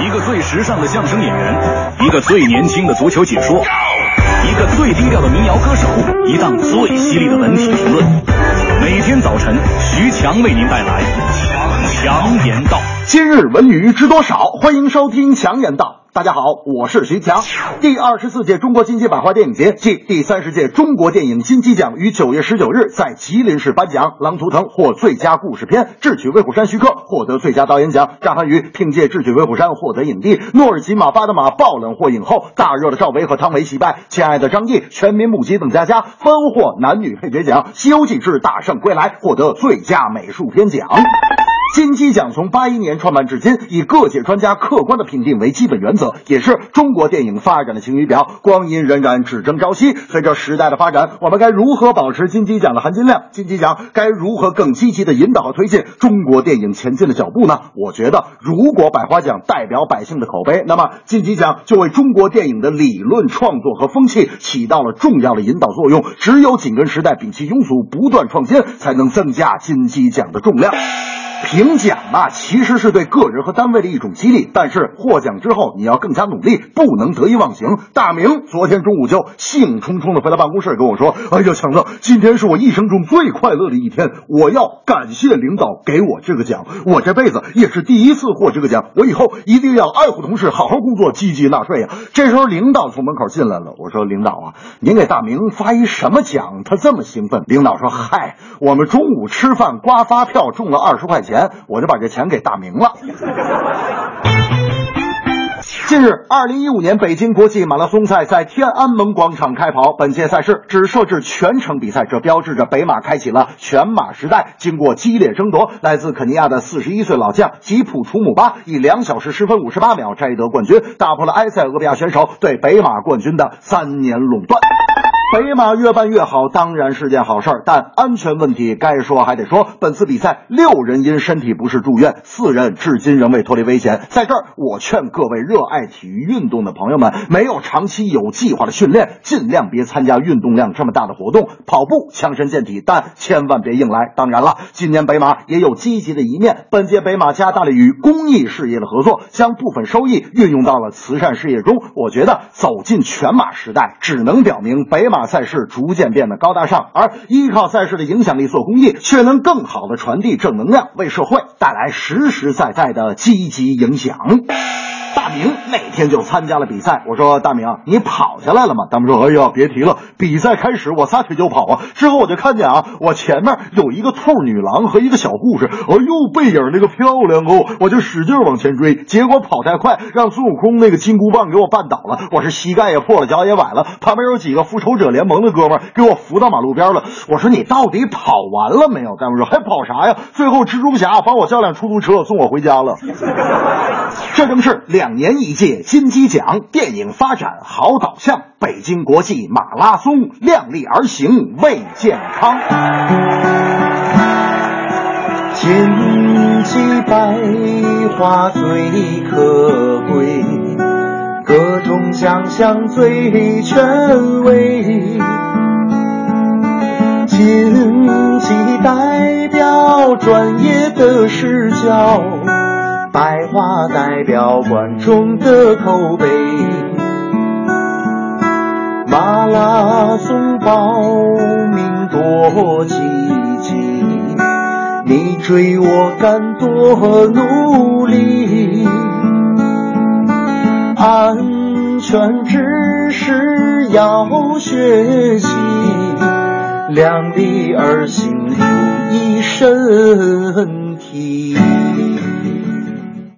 一个最时尚的相声演员，一个最年轻的足球解说，一个最低调的民谣歌手，一档最犀利的文体评论。每天早晨，徐强为您带来强言道。 今日文娱知多少？欢迎收听强言道。大家好，我是徐强。第24届中国金鸡百花电影节暨第30届中国电影金鸡奖于9月19日在吉林市颁奖。《狼图腾》获最佳故事片，智取威虎山徐克获得最佳导演奖。张涵予凭借智取威虎山获得影帝。诺尔基马巴德玛爆冷获影后。大热的赵薇和汤唯喜拜。亲爱的张译、全民目击邓家佳分获男女配角奖。西游记之大圣归来获得最佳美术片奖。金鸡奖从81年创办至今，以各界专家客观的评定为基本原则，也是中国电影发展的晴雨表。光阴荏苒，只争朝夕。随着时代的发展，我们该如何保持金鸡奖的含金量？金鸡奖该如何更积极的引导和推进中国电影前进的脚步呢？我觉得，如果百花奖代表百姓的口碑，那么金鸡奖就为中国电影的理论创作和风气起到了重要的引导作用。只有紧跟时代，摒弃庸俗，不断创新，才能增加金鸡奖的重量。评奖嘛，其实是对个人和单位的一种激励，但是获奖之后你要更加努力，不能得意忘形。大明昨天中午就兴冲冲的回到办公室跟我说，哎呀强子，今天是我一生中最快乐的一天，我要感谢领导给我这个奖，我这辈子也是第一次获这个奖，我以后一定要爱护同事，好好工作，积极纳税呀。这时候领导从门口进来了，我说领导啊，您给大明发一什么奖他这么兴奋？领导说，嗨，我们中午吃饭刮发票中了20块钱，我就把这钱给大明了。近日，2015年北京国际马拉松赛在天安门广场开跑，本届赛事只设置全程比赛，这标志着北马开启了全马时代。经过激烈争夺，来自肯尼亚的41岁老将吉普楚姆巴以2小时10分58秒摘得冠军，打破了埃塞俄比亚选手对北马冠军的3年垄断。北马越办越好当然是件好事，但安全问题该说还得说。本次比赛6人因身体不适住院，4人至今仍未脱离危险。在这儿我劝各位热爱体育运动的朋友们，没有长期有计划的训练，尽量别参加运动量这么大的活动。跑步强身健体，但千万别硬来。当然了，今年北马也有积极的一面，本届北马加大了与公益事业的合作，将部分收益运用到了慈善事业中。我觉得走进全马时代只能表明北马赛事逐渐变得高大上，而依靠赛事的影响力做公益，却能更好的传递正能量，为社会带来实实在在的积极影响。大明那天就参加了比赛，我说大明，你跑下来了吗？大明说，哎呀别提了，比赛开始我撒腿就跑啊，之后我就看见我前面有一个兔女郎和一个小护士，哎呦背影那个漂亮哦，我就使劲往前追，结果跑太快，让孙悟空那个金箍棒给我绊倒了，我是膝盖也破了，脚也崴了，旁边有几个复仇者联盟的哥们给我扶到马路边了。我说你到底跑完了没有？大明说，还跑啥呀？最后蜘蛛侠帮我叫辆出租车送我回家了。这正是2年一届金鸡奖，电影发展好导向，北京国际马拉松量力而行为健康。 金鸡百花最可贵，各种奖项最权威，金鸡代表专业的视角，百花代表观众的口碑，马拉松报名多积极，你追我赶多努力，安全知识要学习，量力而行注意身体。